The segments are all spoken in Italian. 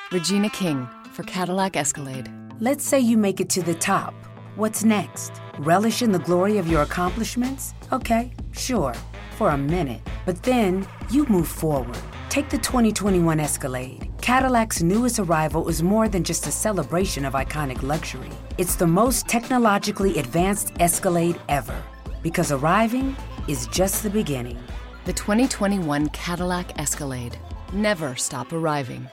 Regina King for Cadillac Escalade. Let's say you make it to the top. What's next? Relish in the glory of your accomplishments? Okay, sure, for a minute. But then you move forward. Take the 2021 Escalade. Cadillac's newest arrival is more than just a celebration of iconic luxury. It's the most technologically advanced Escalade ever. Because arriving is just the beginning. The 2021 Cadillac Escalade. Never stop arriving.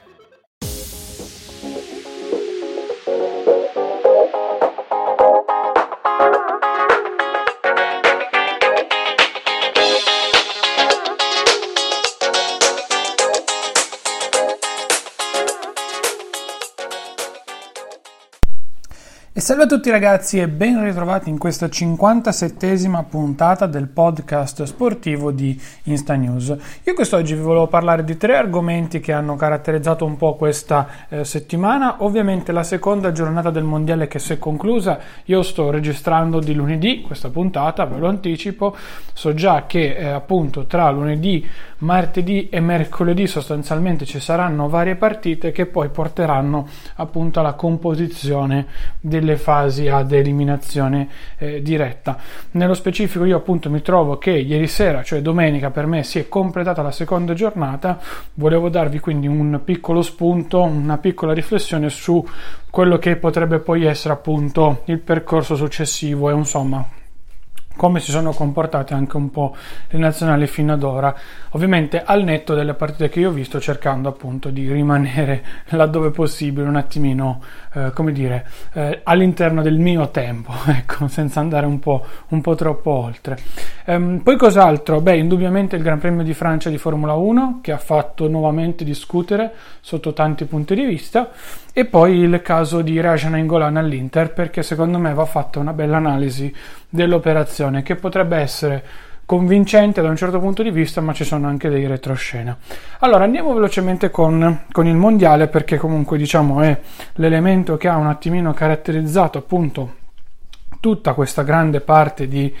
E salve a tutti ragazzi e ben ritrovati in questa 57esima puntata del podcast sportivo di Insta News. Io quest'oggi vi volevo parlare di 3 argomenti che hanno caratterizzato un po' questa settimana. Ovviamente la seconda giornata del mondiale che si è conclusa, io sto registrando di lunedì questa puntata, ve lo anticipo, so già che appunto tra lunedì, martedì e mercoledì sostanzialmente ci saranno varie partite che poi porteranno appunto alla composizione delle fasi ad eliminazione diretta. Nello specifico io appunto mi trovo che ieri sera, cioè domenica, per me si è completata la seconda giornata. Volevo darvi quindi un piccolo spunto, una piccola riflessione su quello che potrebbe poi essere appunto il percorso successivo e insomma come si sono comportate anche un po' le nazionali fino ad ora, ovviamente al netto delle partite che io ho visto, cercando appunto di rimanere laddove possibile un attimino all'interno del mio tempo, ecco, senza andare un po' troppo oltre. Poi cos'altro? Beh, indubbiamente il Gran Premio di Francia di Formula 1 che ha fatto nuovamente discutere sotto tanti punti di vista, e poi il caso di Raja Nainggolan all'Inter, perché secondo me va fatta una bella analisi dell'operazione che potrebbe essere convincente da un certo punto di vista, ma ci sono anche dei retroscena. Allora andiamo velocemente con il mondiale, perché comunque diciamo è l'elemento che ha un attimino caratterizzato appunto tutta questa grande parte di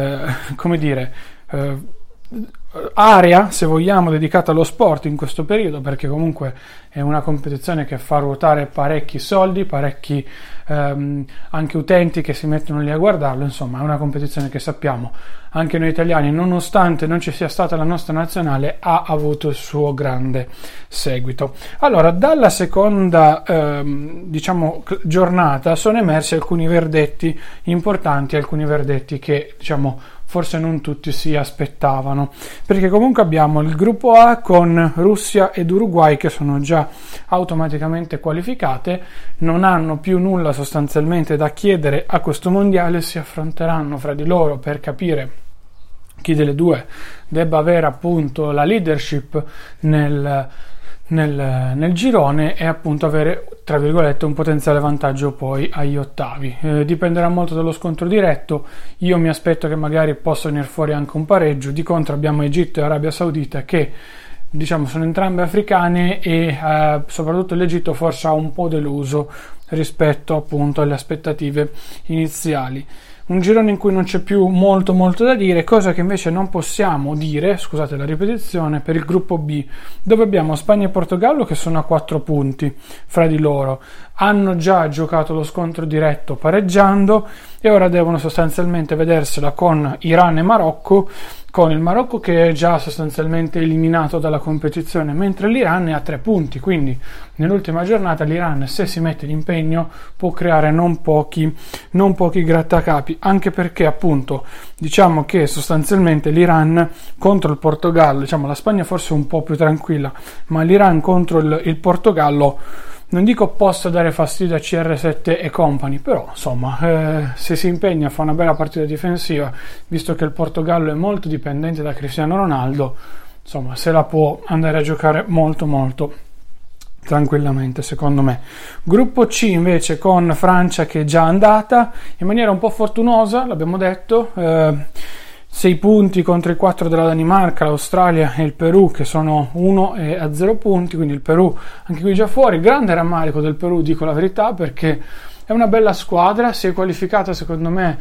area, se vogliamo, dedicata allo sport in questo periodo, perché comunque è una competizione che fa ruotare parecchi soldi, parecchi anche utenti che si mettono lì a guardarlo. Insomma, è una competizione che sappiamo anche noi italiani, nonostante non ci sia stata la nostra nazionale, ha avuto il suo grande seguito. Allora, dalla seconda giornata sono emersi alcuni verdetti importanti, alcuni verdetti che forse non tutti si aspettavano, perché comunque abbiamo il gruppo A con Russia ed Uruguay che sono già automaticamente qualificate, non hanno più nulla sostanzialmente da chiedere a questo mondiale, si affronteranno fra di loro per capire chi delle due debba avere appunto la leadership nel girone e appunto avere tra virgolette un potenziale vantaggio poi agli ottavi. Dipenderà molto dallo scontro diretto. Io mi aspetto che magari possa venire fuori anche un pareggio. Di contro abbiamo Egitto e Arabia Saudita che sono entrambe africane e soprattutto l'Egitto forse ha un po' deluso rispetto appunto alle aspettative iniziali. Un girone in cui non c'è più molto da dire, cosa che invece non possiamo dire, scusate la ripetizione, per il gruppo B, dove abbiamo Spagna e Portogallo che sono a 4 punti fra di loro, hanno già giocato lo scontro diretto pareggiando e ora devono sostanzialmente vedersela con Iran e Marocco, con il Marocco che è già sostanzialmente eliminato dalla competizione, mentre l'Iran è a 3 punti, quindi nell'ultima giornata l'Iran, se si mette l'impegno, può creare non pochi grattacapi, anche perché appunto diciamo che sostanzialmente l'Iran contro il Portogallo, la Spagna forse un po' più tranquilla, ma l'Iran contro il Portogallo non dico possa dare fastidio a CR7 e compagni, però insomma se si impegna a fare una bella partita difensiva, visto che il Portogallo è molto dipendente da Cristiano Ronaldo, insomma se la può andare a giocare molto tranquillamente, secondo me. Gruppo C invece con Francia che è già andata in maniera un po' fortunosa, l'abbiamo detto, 6 punti contro i 4 della Danimarca, l'Australia e il Perù che sono 1 e a 0 punti, quindi il Perù anche qui già fuori. Grande rammarico del Perù, dico la verità, perché è una bella squadra, si è qualificata secondo me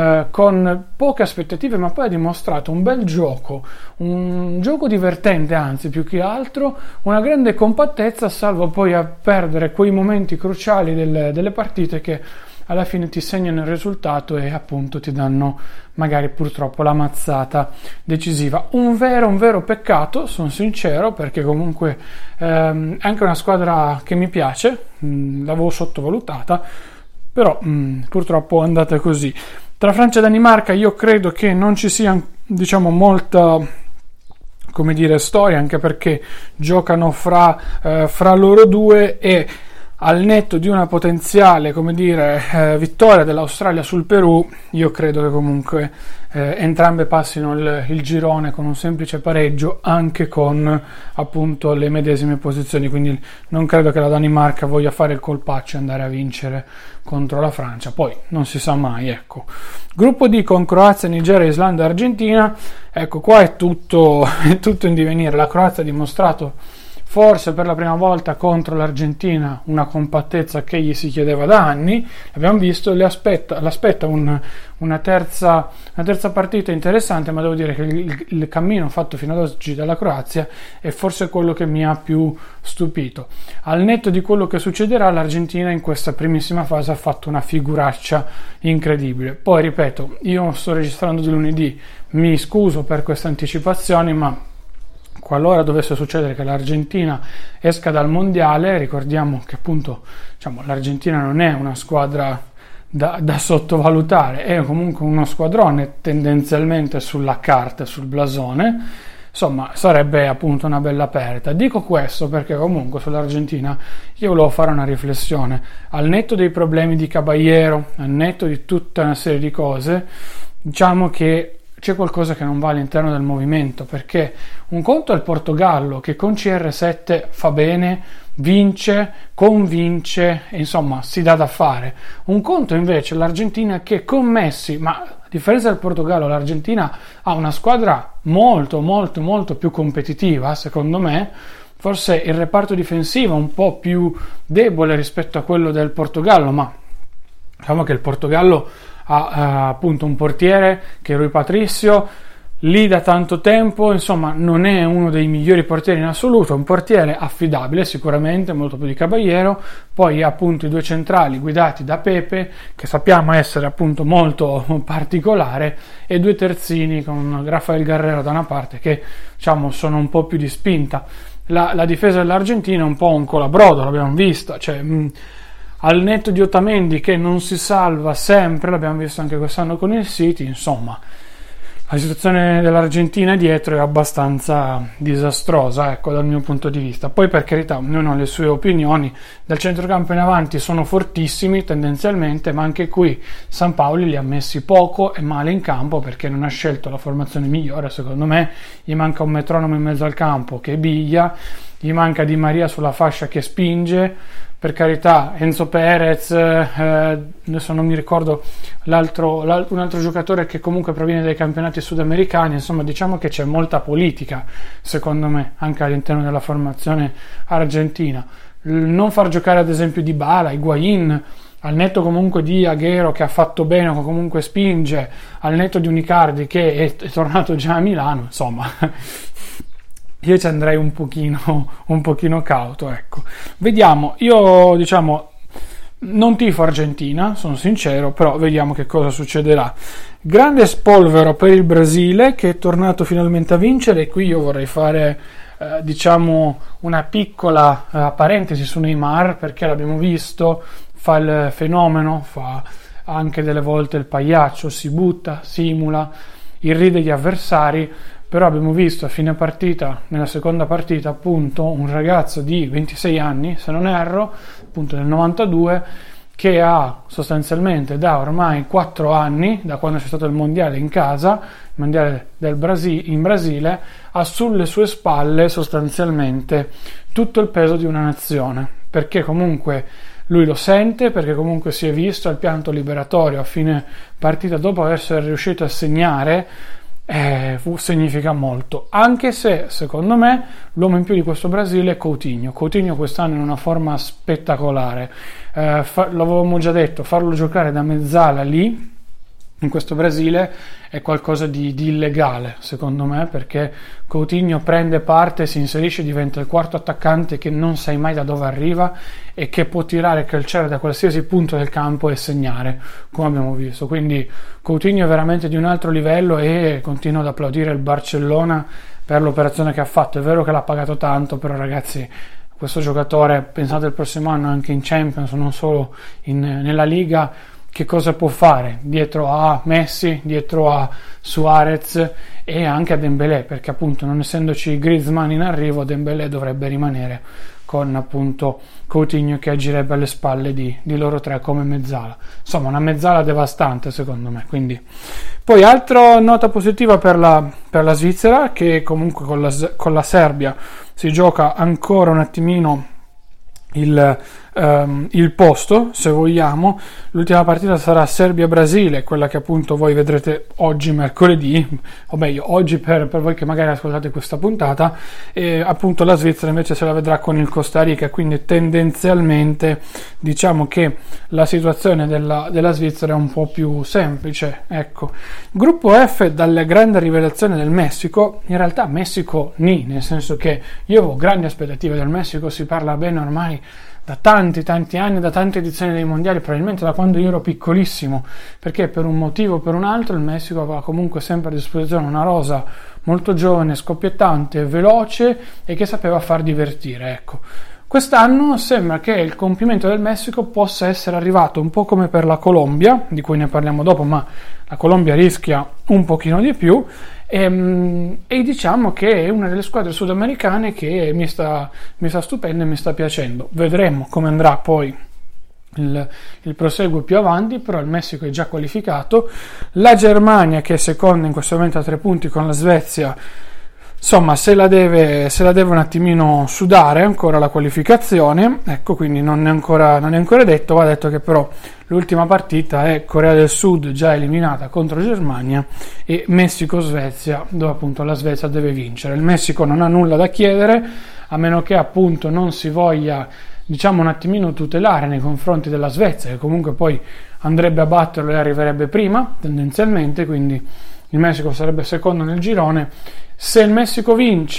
con poche aspettative, ma poi ha dimostrato un bel gioco, un gioco divertente, anzi più che altro una grande compattezza, salvo poi a perdere quei momenti cruciali delle partite che alla fine ti segnano il risultato e appunto ti danno magari purtroppo la mazzata decisiva. Un vero peccato, sono sincero, perché comunque è anche una squadra che mi piace, l'avevo sottovalutata, però purtroppo è andata così. Tra Francia e Danimarca io credo che non ci sia, diciamo, molta, come dire, storia, anche perché giocano fra loro due e al netto di una potenziale, come dire, vittoria dell'Australia sul Perù, io credo che comunque entrambe passino il girone con un semplice pareggio, anche con appunto le medesime posizioni, quindi non credo che la Danimarca voglia fare il colpaccio e andare a vincere contro la Francia, poi non si sa mai, ecco. Gruppo D con Croazia, Nigeria, Islanda e Argentina, ecco qua è tutto in divenire. La Croazia ha dimostrato forse per la prima volta contro l'Argentina una compattezza che gli si chiedeva da anni, abbiamo visto, l'aspetta una terza partita interessante, ma devo dire che il cammino fatto fino ad oggi dalla Croazia è forse quello che mi ha più stupito. Al netto di quello che succederà, l'Argentina in questa primissima fase ha fatto una figuraccia incredibile. Poi ripeto, io sto registrando di lunedì, mi scuso per queste anticipazioni, ma qualora dovesse succedere che l'Argentina esca dal mondiale, ricordiamo che appunto, diciamo, l'Argentina non è una squadra da sottovalutare, è comunque uno squadrone tendenzialmente sulla carta, sul blasone, insomma sarebbe appunto una bella perdita. Dico questo perché comunque sull'Argentina io volevo fare una riflessione, al netto dei problemi di Caballero, al netto di tutta una serie di cose, diciamo che c'è qualcosa che non va all'interno del movimento, perché un conto è il Portogallo che con CR7 fa bene, vince, convince, insomma si dà da fare. Un conto invece è l'Argentina che con Messi, ma a differenza del Portogallo, l'Argentina ha una squadra molto più competitiva, secondo me. Forse il reparto difensivo è un po' più debole rispetto a quello del Portogallo, ma diciamo che il Portogallo ha appunto un portiere che è Rui Patricio, lì da tanto tempo, insomma non è uno dei migliori portieri in assoluto, è un portiere affidabile sicuramente, molto più di Caballero. Poi appunto i due centrali guidati da Pepe, che sappiamo essere appunto molto particolare, e due terzini con Rafael Guerrero da una parte che, diciamo, sono un po' più di spinta. La difesa dell'Argentina è un po' un colabrodo, l'abbiamo visto, cioè al netto di Otamendi che non si salva sempre, l'abbiamo visto anche quest'anno con il City, insomma la situazione dell'Argentina dietro è abbastanza disastrosa, ecco, dal mio punto di vista. Poi per carità ognuno ha le sue opinioni, dal centrocampo in avanti sono fortissimi tendenzialmente, ma anche qui Sampaoli li ha messi poco e male in campo perché non ha scelto la formazione migliore, secondo me. Gli manca un metronomo in mezzo al campo che biglia, gli manca Di Maria sulla fascia che spinge. Per carità, Enzo Perez, adesso non mi ricordo un altro giocatore che comunque proviene dai campionati sudamericani, insomma diciamo che c'è molta politica secondo me anche all'interno della formazione argentina. Non far giocare ad esempio Dybala, Higuaín, al netto comunque di Agüero che ha fatto bene o comunque spinge, al netto di un Icardi che è tornato già a Milano, insomma io ci andrei un pochino cauto, ecco. Vediamo, io diciamo non tifo Argentina, sono sincero, però vediamo che cosa succederà. Grande spolvero per il Brasile che è tornato finalmente a vincere, e qui io vorrei fare diciamo una piccola parentesi su Neymar, perché l'abbiamo visto, fa il fenomeno, fa anche delle volte il pagliaccio, si butta, simula, irride gli avversari. Però abbiamo visto a fine partita, nella seconda partita appunto, un ragazzo di 26 anni, se non erro, appunto nel 92, che ha sostanzialmente da ormai 4 anni, da quando c'è stato il mondiale in casa, il mondiale in Brasile, ha sulle sue spalle sostanzialmente tutto il peso di una nazione, perché comunque lui lo sente, perché comunque si è visto al pianto liberatorio a fine partita dopo essere riuscito a segnare significa molto, anche se secondo me l'uomo in più di questo Brasile è Coutinho quest'anno in una forma spettacolare. L'avevamo già detto, farlo giocare da mezzala lì in questo Brasile è qualcosa di illegale secondo me, perché Coutinho prende parte, si inserisce, diventa il quarto attaccante che non sai mai da dove arriva e che può tirare e calciare da qualsiasi punto del campo e segnare, come abbiamo visto. Quindi Coutinho è veramente di un altro livello e continuo ad applaudire il Barcellona per l'operazione che ha fatto. È vero che l'ha pagato tanto, però ragazzi, questo giocatore, pensate il prossimo anno anche in Champions, non solo nella Liga, che cosa può fare dietro a Messi, dietro a Suarez e anche a Dembélé, perché appunto non essendoci Griezmann in arrivo, Dembélé dovrebbe rimanere con appunto Coutinho che agirebbe alle spalle di loro tre come mezzala. Insomma, una mezzala devastante secondo me. Quindi poi altra nota positiva per la Svizzera, che comunque con la Serbia si gioca ancora un attimino il posto, se vogliamo. L'ultima partita sarà Serbia-Brasile, quella che appunto voi vedrete oggi mercoledì, o meglio oggi per voi che magari ascoltate questa puntata, e appunto la Svizzera invece se la vedrà con il Costa Rica, quindi tendenzialmente diciamo che la situazione della Svizzera è un po' più semplice. Ecco, gruppo F, dalle grandi rivelazioni del Messico, in realtà Messico nel senso che io avevo grandi aspettative del Messico, si parla bene ormai da tanti anni, da tante edizioni dei mondiali, probabilmente da quando io ero piccolissimo, perché per un motivo o per un altro il Messico aveva comunque sempre a disposizione una rosa molto giovane, scoppiettante, veloce e che sapeva far divertire, ecco. Quest'anno sembra che il compimento del Messico possa essere arrivato un po' come per la Colombia, di cui ne parliamo dopo, ma la Colombia rischia un pochino di più, e diciamo che è una delle squadre sudamericane che mi sta stupendo e mi sta piacendo. Vedremo come andrà poi il proseguo più avanti, però il Messico è già qualificato. La Germania, che è seconda in questo momento a 3 punti con la Svezia, insomma se la deve un attimino sudare ancora la qualificazione, ecco, quindi non è ancora detto. Va detto che però l'ultima partita è Corea del Sud già eliminata contro Germania e Messico-Svezia, dove appunto la Svezia deve vincere. Il Messico non ha nulla da chiedere, a meno che appunto non si voglia diciamo un attimino tutelare nei confronti della Svezia, che comunque poi andrebbe a batterlo e arriverebbe prima tendenzialmente, quindi il Messico sarebbe secondo nel girone. Se il Messico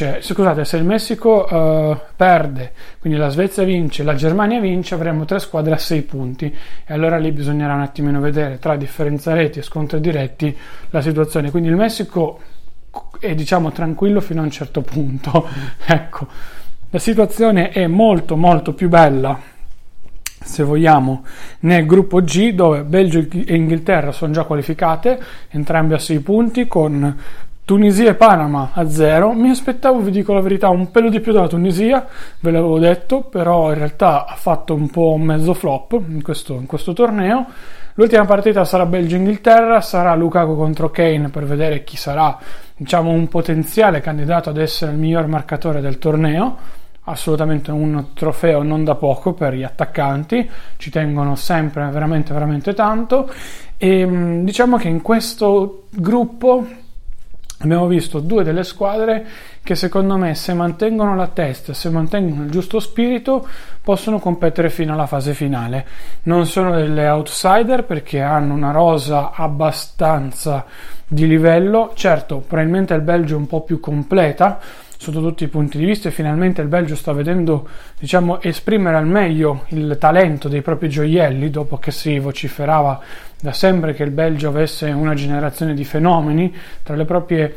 perde, quindi la Svezia vince, la Germania vince, avremo 3 squadre a 6 punti e allora lì bisognerà un attimino vedere tra differenza reti e scontri diretti la situazione. Quindi il Messico è diciamo tranquillo fino a un certo punto. Ecco, la situazione è molto molto più bella, se vogliamo, nel gruppo G, dove Belgio e Inghilterra sono già qualificate, entrambi a 6 punti, con Tunisia e Panama a 0. Mi aspettavo, vi dico la verità, un pelo di più dalla Tunisia, ve l'avevo detto, però in realtà ha fatto un po' un mezzo flop in questo torneo. L'ultima partita sarà Belgio-Inghilterra, sarà Lukaku contro Kane per vedere chi sarà, diciamo, un potenziale candidato ad essere il miglior marcatore del torneo. Assolutamente un trofeo non da poco per gli attaccanti, ci tengono sempre veramente veramente tanto, e diciamo che in questo gruppo abbiamo visto 2 delle squadre che secondo me, se mantengono la testa, se mantengono il giusto spirito, possono competere fino alla fase finale. Non sono delle outsider perché hanno una rosa abbastanza di livello. Certo, probabilmente il Belgio è un po' più completa sotto tutti i punti di vista e finalmente il Belgio sta vedendo, diciamo, esprimere al meglio il talento dei propri gioielli, dopo che si vociferava da sempre che il Belgio avesse una generazione di fenomeni tra i propri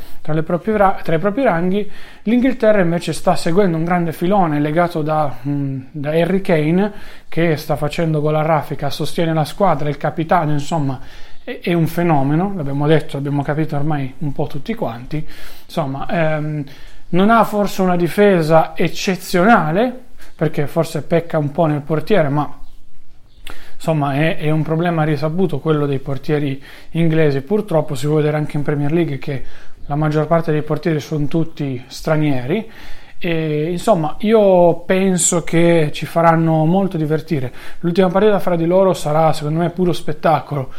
ranghi. L'Inghilterra invece sta seguendo un grande filone legato da Harry Kane, che sta facendo gol a raffica, sostiene la squadra, il capitano, insomma è un fenomeno, l'abbiamo detto, l'abbiamo capito ormai un po' tutti quanti. Insomma, non ha forse una difesa eccezionale, perché forse pecca un po' nel portiere, ma insomma è un problema risaputo quello dei portieri inglesi. Purtroppo si può vedere anche in Premier League che la maggior parte dei portieri sono tutti stranieri, e insomma io penso che ci faranno molto divertire. L'ultima partita fra di loro sarà secondo me puro spettacolo.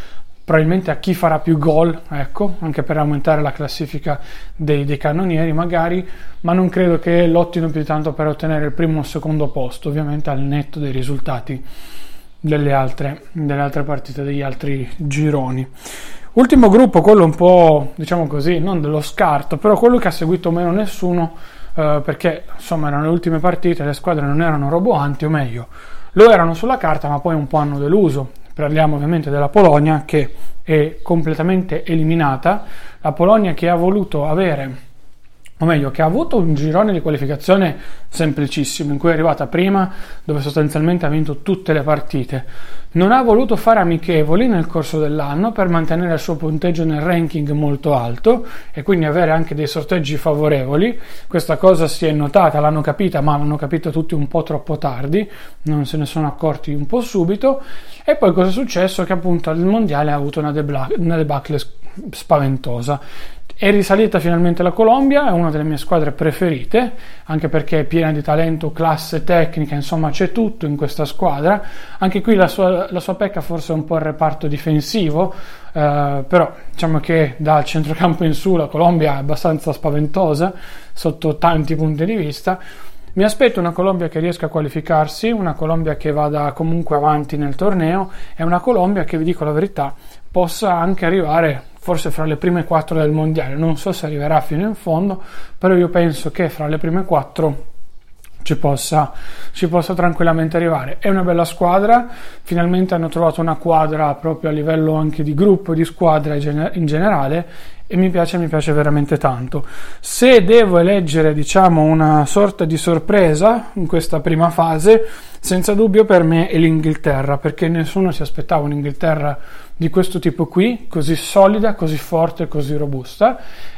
probabilmente a chi farà più gol, ecco, anche per aumentare la classifica dei cannonieri magari, ma non credo che lottino più tanto per ottenere il primo o secondo posto, ovviamente al netto dei risultati delle altre partite, degli altri gironi. Ultimo gruppo, quello un po', diciamo così, non dello scarto, però quello che ha seguito meno nessuno, perché insomma erano le ultime partite, le squadre non erano roboanti, o meglio, lo erano sulla carta, ma poi un po' hanno deluso. Parliamo ovviamente della Polonia, che è completamente eliminata, la Polonia che ha voluto avere, o meglio, che ha avuto un girone di qualificazione semplicissimo, in cui è arrivata prima, dove sostanzialmente ha vinto tutte le partite. Non ha voluto fare amichevoli nel corso dell'anno per mantenere il suo punteggio nel ranking molto alto e quindi avere anche dei sorteggi favorevoli. Questa cosa si è notata, l'hanno capita, ma l'hanno capito tutti un po' troppo tardi, non se ne sono accorti un po' subito. E poi cosa è successo? Che appunto al mondiale ha avuto una debacle spaventosa. È risalita finalmente la Colombia, è una delle mie squadre preferite, anche perché è piena di talento, classe tecnica, insomma c'è tutto in questa squadra. Anche qui la sua pecca forse è un po' il reparto difensivo, però diciamo che dal centrocampo in su la Colombia è abbastanza spaventosa sotto tanti punti di vista. Mi aspetto una Colombia che riesca a qualificarsi, una Colombia che vada comunque avanti nel torneo e una Colombia che, vi dico la verità, possa anche arrivare forse fra le prime 4 del mondiale. Non so se arriverà fino in fondo, però io penso che fra le prime 4 ci possa tranquillamente arrivare. È una bella squadra, finalmente hanno trovato una quadra proprio a livello anche di gruppo, di squadra in generale, e mi piace veramente tanto. Se devo eleggere, diciamo, una sorta di sorpresa in questa prima fase, senza dubbio per me è l'Inghilterra, perché nessuno si aspettava un'Inghilterra di questo tipo qui, così solida, così forte, così robusta,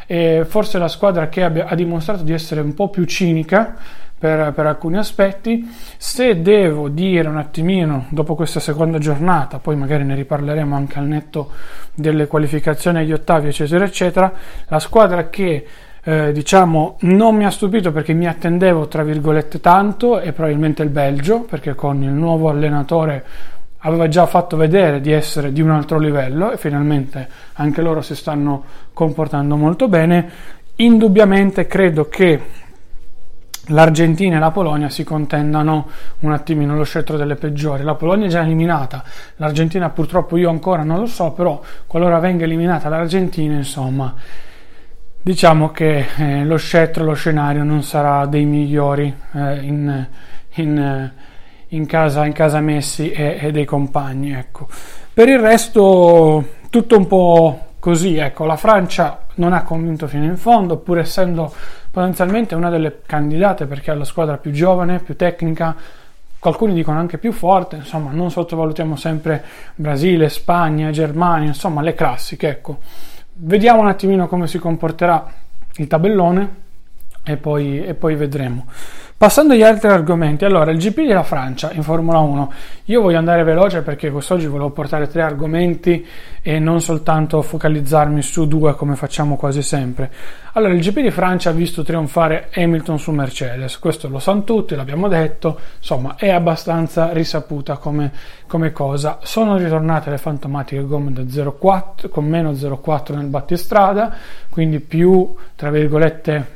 e forse la squadra che ha dimostrato di essere un po' più cinica per alcuni aspetti. Se devo dire un attimino, dopo questa seconda giornata, poi magari ne riparleremo anche al netto delle qualificazioni agli ottavi eccetera eccetera, la squadra che diciamo non mi ha stupito perché mi attendevo tra virgolette tanto è probabilmente il Belgio, perché con il nuovo allenatore aveva già fatto vedere di essere di un altro livello e finalmente anche loro si stanno comportando molto bene. Indubbiamente credo che l'Argentina e la Polonia si contendano un attimino lo scettro delle peggiori. La Polonia è già eliminata, l'Argentina purtroppo io ancora non lo so, però qualora venga eliminata l'Argentina, insomma, diciamo che lo scettro, lo scenario non sarà dei migliori in casa Messi e dei compagni, ecco. Per il resto tutto un po' così, ecco. La Francia non ha convinto fino in fondo, pur essendo potenzialmente una delle candidate, perché è la squadra più giovane, più tecnica, alcuni dicono anche più forte, insomma non sottovalutiamo sempre Brasile, Spagna, Germania, insomma le classiche, ecco. Vediamo un attimino come si comporterà il tabellone e poi vedremo. Passando agli altri argomenti, allora il GP della Francia in Formula 1, io voglio andare veloce perché quest'oggi volevo portare 3 argomenti e non soltanto focalizzarmi su 2 come facciamo quasi sempre. Allora il GP di Francia ha visto trionfare Hamilton su Mercedes, questo lo sanno tutti, l'abbiamo detto, insomma è abbastanza risaputa come cosa. Sono ritornate le fantomatiche gomme da 0,4 con meno 0,4 nel battistrada, quindi più tra virgolette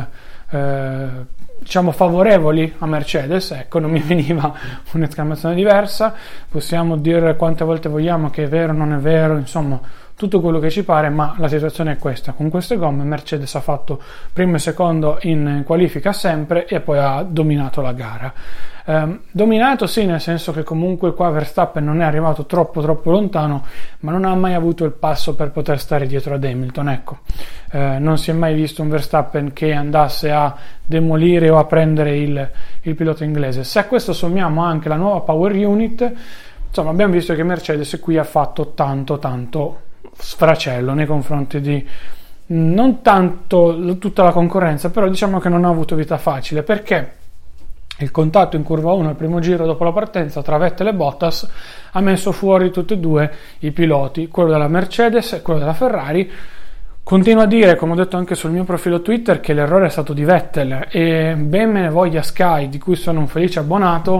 diciamo favorevoli a Mercedes, ecco, non mi veniva un'esclamazione diversa. Possiamo dire quante volte vogliamo che è vero, non è vero, insomma tutto quello che ci pare, ma la situazione è questa. Con queste gomme Mercedes ha fatto primo e secondo in qualifica sempre e poi ha dominato la gara. Dominato sì, nel senso che comunque qua Verstappen non è arrivato troppo lontano, ma non ha mai avuto il passo per poter stare dietro ad Hamilton, ecco. Non si è mai visto un Verstappen che andasse a demolire o a prendere il pilota inglese. Se a questo sommiamo anche la nuova Power Unit, insomma abbiamo visto che Mercedes qui ha fatto tanto sfracello nei confronti di non tanto tutta la concorrenza, però diciamo che non ha avuto vita facile, perché il contatto in curva 1 al primo giro dopo la partenza tra Vettel e Bottas ha messo fuori tutti e due i piloti, quello della Mercedes e quello della Ferrari. Continuo a dire, come ho detto anche sul mio profilo Twitter, che l'errore è stato di Vettel, e ben me ne voglia Sky, di cui sono un felice abbonato,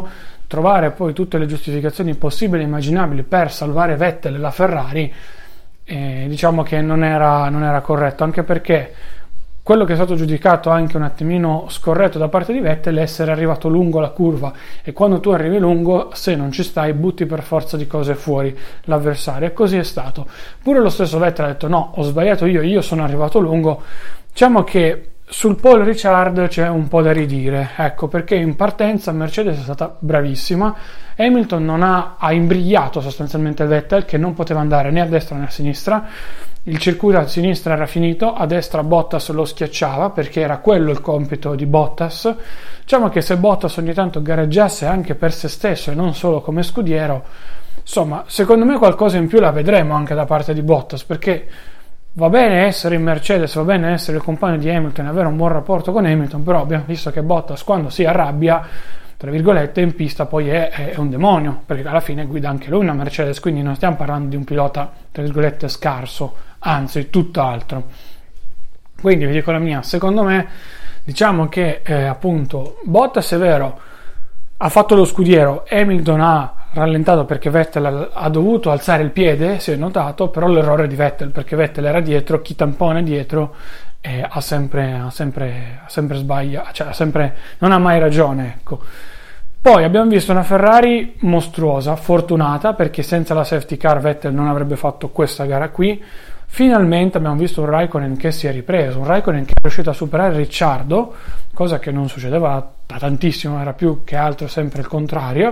trovare poi tutte le giustificazioni possibili e immaginabili per salvare Vettel e la Ferrari, diciamo che non era corretto, anche perché quello che è stato giudicato anche un attimino scorretto da parte di Vettel è essere arrivato lungo la curva, e quando tu arrivi lungo, se non ci stai, butti per forza di cose fuori l'avversario, e così è stato. Pure lo stesso Vettel ha detto: no, ho sbagliato io sono arrivato lungo. Diciamo che sul Paul Ricard c'è un po' da ridire, ecco, perché in partenza Mercedes è stata bravissima, Hamilton ha imbrigliato sostanzialmente Vettel, che non poteva andare né a destra né a sinistra. Il circuito a sinistra era finito, a destra Bottas lo schiacciava, perché era quello il compito di Bottas. Diciamo che se Bottas ogni tanto gareggiasse anche per se stesso e non solo come scudiero, insomma, secondo me qualcosa in più la vedremo anche da parte di Bottas, perché va bene essere in Mercedes, va bene essere il compagno di Hamilton e avere un buon rapporto con Hamilton, però abbiamo visto che Bottas, quando si arrabbia, tra virgolette, in pista poi è un demonio, perché alla fine guida anche lui una Mercedes, quindi non stiamo parlando di un pilota, tra virgolette, scarso, anzi tutt'altro. Quindi vi dico la mia, secondo me, diciamo che appunto Bottas è vero, ha fatto lo scudiero, Hamilton ha rallentato perché Vettel ha dovuto alzare il piede, si è notato, però l'errore è di Vettel, perché Vettel era dietro, chi tampone dietro ha sempre sbagliato, cioè non ha mai ragione, ecco. Poi abbiamo visto una Ferrari mostruosa, fortunata, perché senza la safety car Vettel non avrebbe fatto questa gara qui. Finalmente abbiamo visto un Raikkonen che si è ripreso, un Raikkonen che è riuscito a superare Ricciardo, cosa che non succedeva da tantissimo, era più che altro sempre il contrario.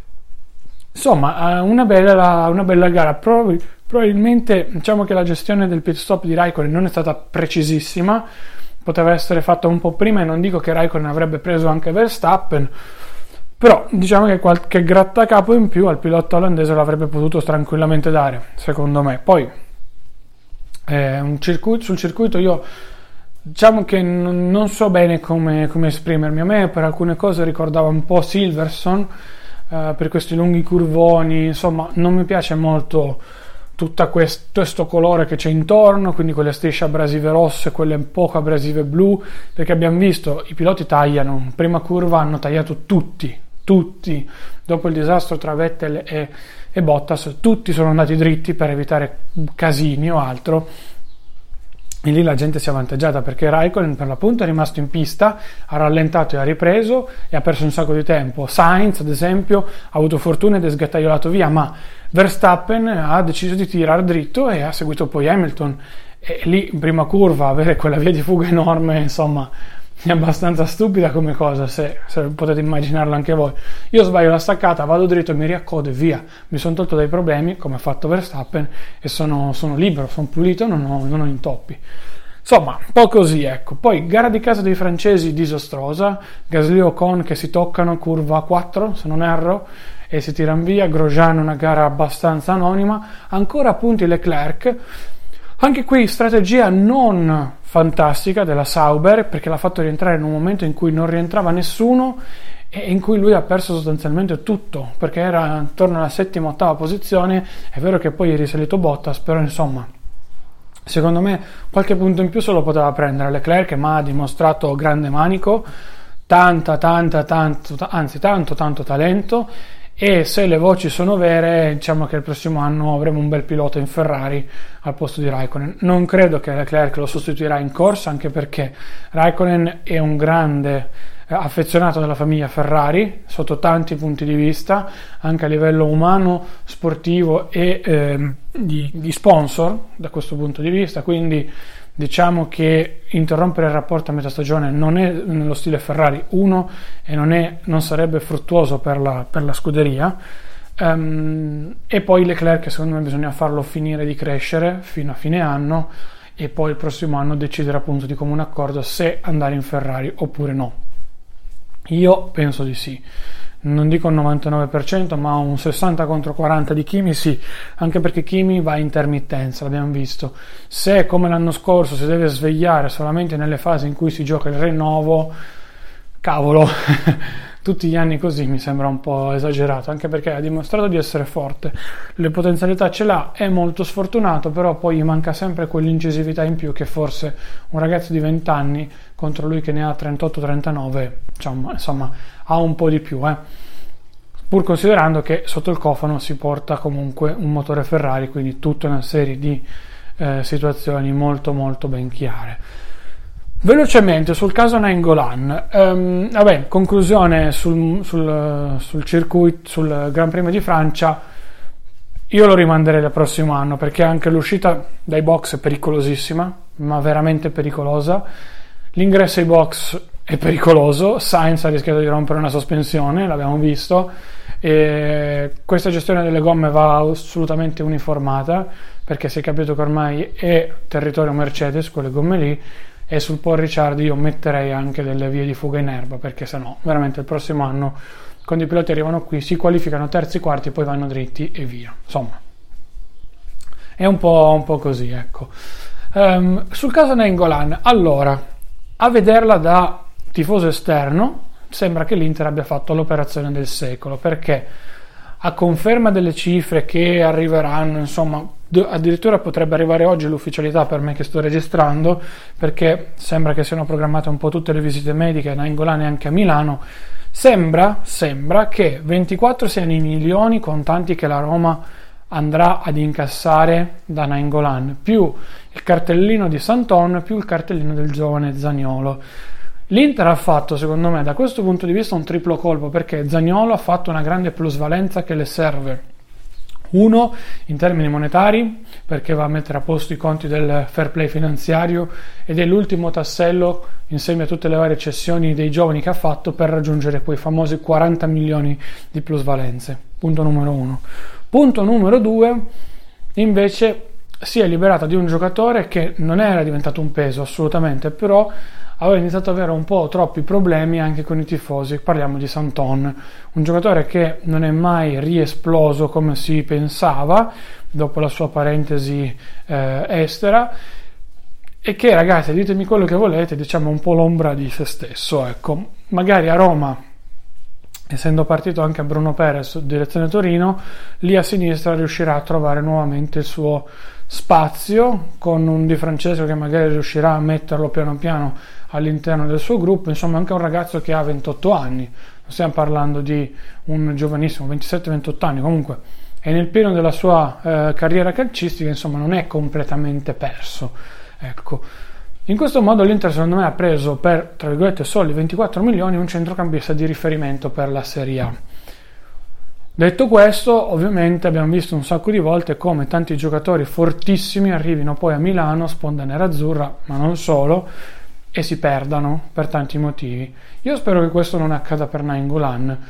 Insomma, una bella gara. Probabilmente diciamo che la gestione del pit stop di Raikkonen non è stata precisissima, poteva essere fatta un po' prima, e non dico che Raikkonen avrebbe preso anche Verstappen, però diciamo che qualche grattacapo in più al pilota olandese l'avrebbe potuto tranquillamente dare, secondo me. Poi sul circuito io diciamo che non so bene come esprimermi. A me per alcune cose ricordava un po' Silverstone, per questi lunghi curvoni, insomma non mi piace molto tutto questo colore che c'è intorno, quindi quelle strisce abrasive rosse, quelle poco abrasive blu, perché abbiamo visto i piloti tagliano, in prima curva hanno tagliato tutti, dopo il disastro tra Vettel e Bottas, tutti sono andati dritti per evitare casini o altro, e lì la gente si è avvantaggiata, perché Raikkonen per l'appunto è rimasto in pista, ha rallentato e ha ripreso e ha perso un sacco di tempo. Sainz ad esempio ha avuto fortuna ed è sgattaiolato via, ma Verstappen ha deciso di tirare dritto e ha seguito poi Hamilton, e lì in prima curva avere quella via di fuga enorme, insomma, è abbastanza stupida come cosa, se potete immaginarlo anche voi. Io sbaglio la staccata, vado dritto, mi riaccodo e via, mi sono tolto dai problemi come ha fatto Verstappen e sono libero, sono pulito, non ho intoppi. Insomma, un po' così, ecco. Poi gara di casa dei francesi disastrosa, Gasly e Ocon che si toccano, curva 4 se non erro, e si tirano via. Grosjean una gara abbastanza anonima, ancora punti Leclerc. Anche qui strategia non fantastica della Sauber, perché l'ha fatto rientrare in un momento in cui non rientrava nessuno e in cui lui ha perso sostanzialmente tutto, perché era intorno alla 7ª-8ª posizione. È vero che poi è risalito Bottas, però insomma secondo me qualche punto in più se lo poteva prendere Leclerc, ma ha dimostrato grande manico, tanto talento. E se le voci sono vere, diciamo che il prossimo anno avremo un bel pilota in Ferrari al posto di Raikkonen. Non credo che Leclerc lo sostituirà in corsa, anche perché Raikkonen è un grande affezionato della famiglia Ferrari sotto tanti punti di vista, anche a livello umano, sportivo e di sponsor da questo punto di vista, quindi diciamo che interrompere il rapporto a metà stagione non è nello stile Ferrari, e non sarebbe fruttuoso per la scuderia. E poi Leclerc, secondo me, bisogna farlo finire di crescere fino a fine anno, e poi il prossimo anno decidere appunto di comune accordo se andare in Ferrari oppure no. Io penso di sì. Non dico un 99%, ma un 60 contro 40 di Kimi sì, anche perché Kimi va a intermittenza, l'abbiamo visto. Se come l'anno scorso si deve svegliare solamente nelle fasi in cui si gioca il rinnovo, cavolo, tutti gli anni così mi sembra un po' esagerato, anche perché ha dimostrato di essere forte, le potenzialità ce l'ha, è molto sfortunato, però poi gli manca sempre quell'incisività in più che forse un ragazzo di 20 anni contro lui che ne ha 38-39, insomma ha un po' di più. pur considerando che sotto il cofano si porta comunque un motore Ferrari, quindi tutta una serie di situazioni molto molto ben chiare. Velocemente sul caso Nainggolan, conclusione sul circuito, sul Gran Premio di Francia. Io lo rimanderei al prossimo anno, perché anche l'uscita dai box è pericolosissima, ma veramente pericolosa. L'ingresso ai box è pericoloso, Sainz ha rischiato di rompere una sospensione, l'abbiamo visto, e questa gestione delle gomme va assolutamente uniformata, perché si è capito che ormai è territorio Mercedes quelle gomme lì, e sul Paul Ricciardo io metterei anche delle vie di fuga in erba, perché sennò veramente il prossimo anno, quando i piloti arrivano qui, si qualificano terzi, quarti, poi vanno dritti e via. Insomma, è un po' così, ecco. Sul caso Nainggolan, allora, a vederla da tifoso esterno, sembra che l'Inter abbia fatto l'operazione del secolo, perché a conferma delle cifre che arriveranno, insomma, addirittura potrebbe arrivare oggi l'ufficialità per me che sto registrando, perché sembra che siano programmate un po' tutte le visite mediche a Nainggolan e anche a Milano. Sembra che 24 siano i milioni contanti che la Roma andrà ad incassare da Nainggolan, più il cartellino di Santon, più il cartellino del giovane Zaniolo. L'Inter ha fatto, secondo me, da questo punto di vista un triplo colpo, perché Zaniolo ha fatto una grande plusvalenza che le serve. Uno, in termini monetari, perché va a mettere a posto i conti del fair play finanziario ed è l'ultimo tassello, insieme a tutte le varie cessioni dei giovani che ha fatto, per raggiungere quei famosi 40 milioni di plusvalenze. Punto numero uno. Punto numero due, invece, si è liberata di un giocatore che non era diventato un peso assolutamente, però aveva iniziato ad avere un po' troppi problemi anche con i tifosi. Parliamo di Santon, un giocatore che non è mai riesploso come si pensava dopo la sua parentesi estera, e che, ragazzi, ditemi quello che volete, diciamo un po' l'ombra di se stesso, ecco. Magari a Roma, essendo partito anche Bruno Perez direzione Torino, lì a sinistra riuscirà a trovare nuovamente il suo spazio, con un Di Francesco che magari riuscirà a metterlo piano piano all'interno del suo gruppo. Insomma, anche un ragazzo che ha 28 anni, non stiamo parlando di un giovanissimo, 27-28 anni, comunque è nel pieno della sua carriera calcistica, insomma non è completamente perso, ecco. In questo modo l'Inter, secondo me, ha preso per, tra virgolette, soli 24 milioni un centrocampista di riferimento per la Serie A. Detto questo, ovviamente abbiamo visto un sacco di volte come tanti giocatori fortissimi arrivino poi a Milano, sponda nerazzurra, ma non solo, e si perdano per tanti motivi. Io spero che questo non accada per Nainggolan.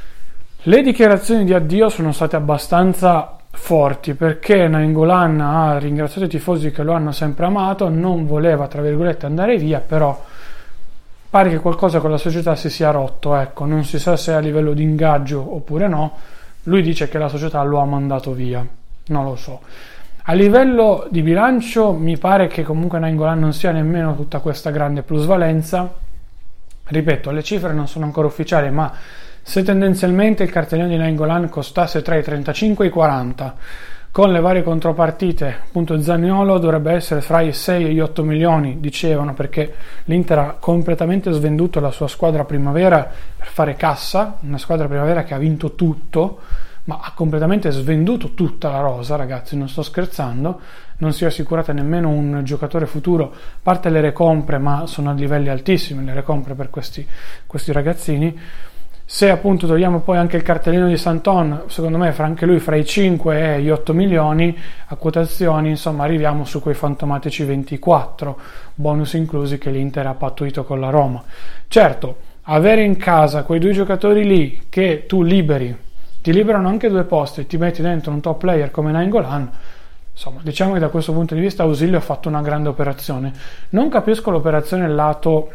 Le dichiarazioni di addio sono state abbastanza forti, perché Nainggolan ha ringraziato i tifosi che lo hanno sempre amato, non voleva, tra virgolette, andare via, però pare che qualcosa con la società si sia rotto, ecco. Non si sa se a livello di ingaggio oppure no. Lui dice che la società lo ha mandato via, non lo so. A livello di bilancio mi pare che comunque Nainggolan non sia nemmeno tutta questa grande plusvalenza. Ripeto, le cifre non sono ancora ufficiali, ma se tendenzialmente il cartellino di Nainggolan costasse tra i 35 e i 40, con le varie contropartite, appunto Zaniolo dovrebbe essere fra i 6 e gli 8 milioni, dicevano, perché l'Inter ha completamente svenduto la sua squadra primavera per fare cassa, una squadra primavera che ha vinto tutto, ma ha completamente svenduto tutta la rosa, ragazzi, non sto scherzando, non si è assicurata nemmeno un giocatore futuro, a parte le recompre, ma sono a livelli altissimi le recompre per questi ragazzini. Se appunto togliamo poi anche il cartellino di Santon, secondo me anche lui fra i 5 e gli 8 milioni a quotazioni, insomma arriviamo su quei fantomatici 24, bonus inclusi, che l'Inter ha pattuito con la Roma. Certo, avere in casa quei due giocatori lì che tu liberi, ti liberano anche due posti e ti metti dentro un top player come Nainggolan, insomma diciamo che da questo punto di vista Ausilio ha fatto una grande operazione. Non capisco l'operazione lato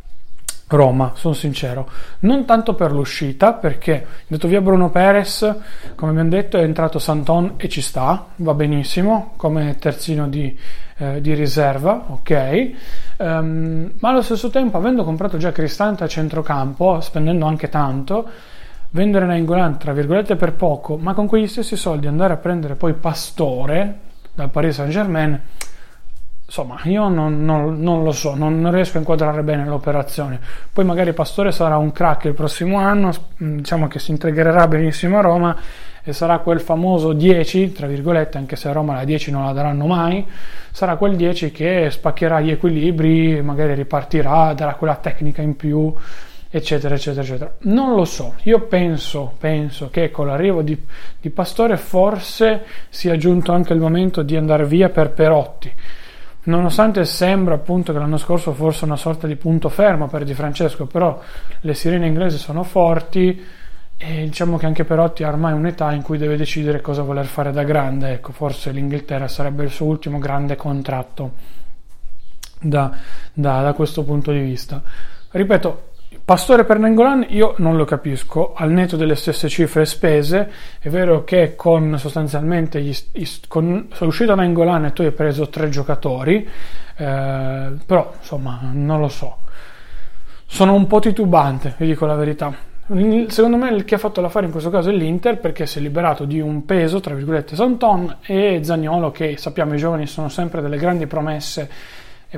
Roma, sono sincero, non tanto per l'uscita, perché detto via Bruno Perez, come abbiamo detto, è entrato Santon e ci sta, va benissimo come terzino di riserva, ok, ma allo stesso tempo, avendo comprato già Cristante a centrocampo, spendendo anche tanto, vendere Nainggolan tra virgolette per poco, ma con quegli stessi soldi andare a prendere poi Pastore dal Paris Saint-Germain, insomma, io non lo so, non riesco a inquadrare bene l'operazione. Poi magari Pastore sarà un crack il prossimo anno, diciamo che si integrerebbe benissimo a Roma e sarà quel famoso 10, tra virgolette, anche se a Roma la 10 non la daranno mai, sarà quel 10 che spaccherà gli equilibri, magari ripartirà, darà quella tecnica in più, eccetera eccetera eccetera. Non lo so, io penso che con l'arrivo di Pastore forse sia giunto anche il momento di andare via per Perotti, nonostante sembra appunto che l'anno scorso fosse una sorta di punto fermo per Di Francesco, però le sirene inglesi sono forti e diciamo che anche Perotti ha ormai un'età in cui deve decidere cosa voler fare da grande. Ecco, forse l'Inghilterra sarebbe il suo ultimo grande contratto da questo punto di vista. Ripeto, Pastore per Nainggolan io non lo capisco, al netto delle stesse cifre spese. È vero che con sostanzialmente sono uscito da Nainggolan e tu hai preso 3 giocatori, però insomma non lo so, sono un po' titubante, vi dico la verità. Secondo me il che ha fatto l'affare in questo caso è l'Inter, perché si è liberato di un peso, tra virgolette, Santon e Zaniolo, che sappiamo i giovani sono sempre delle grandi promesse e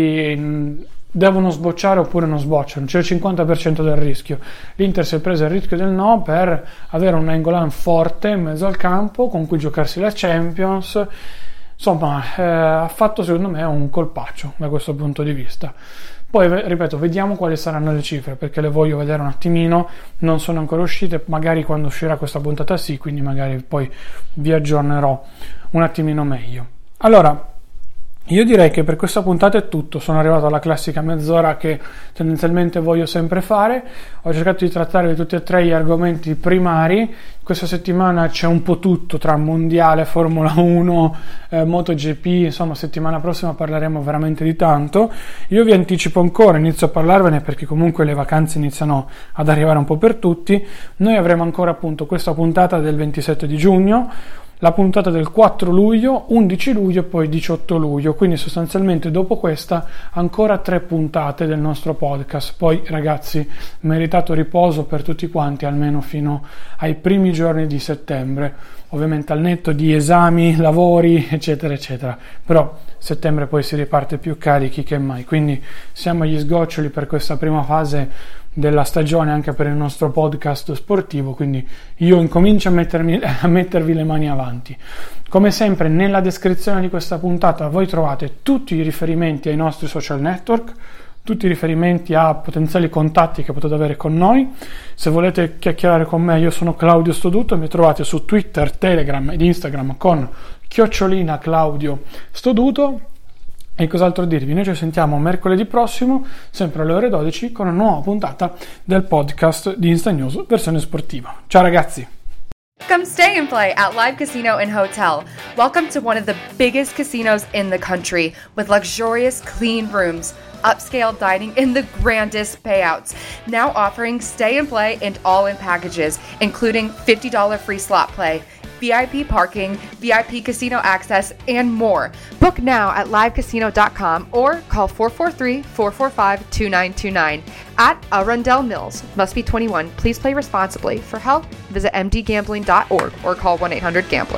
poi devono sbocciare oppure non sbocciano, c'è il 50% del rischio. L'Inter si è preso il rischio del no per avere un Nainggolan forte in mezzo al campo con cui giocarsi la Champions. Insomma, ha fatto secondo me un colpaccio da questo punto di vista. Poi, ripeto, vediamo quali saranno le cifre, perché le voglio vedere un attimino, non sono ancora uscite, magari quando uscirà questa puntata sì, quindi magari poi vi aggiornerò un attimino meglio. Allora, io direi che per questa puntata è tutto. Sono arrivato alla classica mezz'ora che tendenzialmente voglio sempre fare. Ho cercato di trattarvi tutti e 3 gli argomenti primari. Questa settimana c'è un po' tutto tra mondiale, Formula 1, MotoGP, insomma settimana prossima parleremo veramente di tanto. Io vi anticipo ancora, inizio a parlarvene perché comunque le vacanze iniziano ad arrivare un po' per tutti. Noi avremo ancora appunto questa puntata del 27 di giugno, la puntata del 4 luglio, 11 luglio e poi 18 luglio, quindi sostanzialmente dopo questa ancora 3 puntate del nostro podcast. Poi ragazzi, meritato riposo per tutti quanti almeno fino ai primi giorni di settembre, ovviamente al netto di esami, lavori eccetera eccetera, però settembre poi si riparte più carichi che mai, quindi siamo agli sgoccioli per questa prima fase della stagione anche per il nostro podcast sportivo, quindi io incomincio a mettervi le mani avanti. Come sempre nella descrizione di questa puntata voi trovate tutti i riferimenti ai nostri social network, tutti i riferimenti a potenziali contatti che potete avere con noi. Se volete chiacchierare con me, io sono Claudio Stoduto, mi trovate su Twitter, Telegram ed Instagram con @Claudio Stoduto. E cos'altro dirvi? Noi ci sentiamo mercoledì prossimo, sempre alle ore 12, con una nuova puntata del podcast di Instant News versione sportiva. Ciao ragazzi! Come stay and play at Live Casino and Hotel. Welcome to one of the biggest casinos in the country with luxurious, clean rooms, upscale dining, and the grandest payouts. Now offering stay and play and all-in packages, including $50 free slot play, VIP parking, VIP casino access, and more. Book now at livecasino.com or call 443-445-2929 at Arundel Mills. Must be 21. Please play responsibly. For help, visit mdgambling.org or call 1-800-GAMBLER.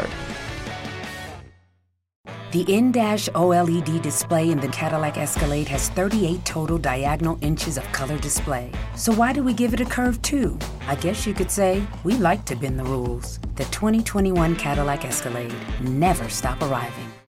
The in-dash OLED display in the Cadillac Escalade has 38 total diagonal inches of color display. So why do we give it a curve too? I guess you could say we like to bend the rules. The 2021 Cadillac Escalade. Never stop arriving.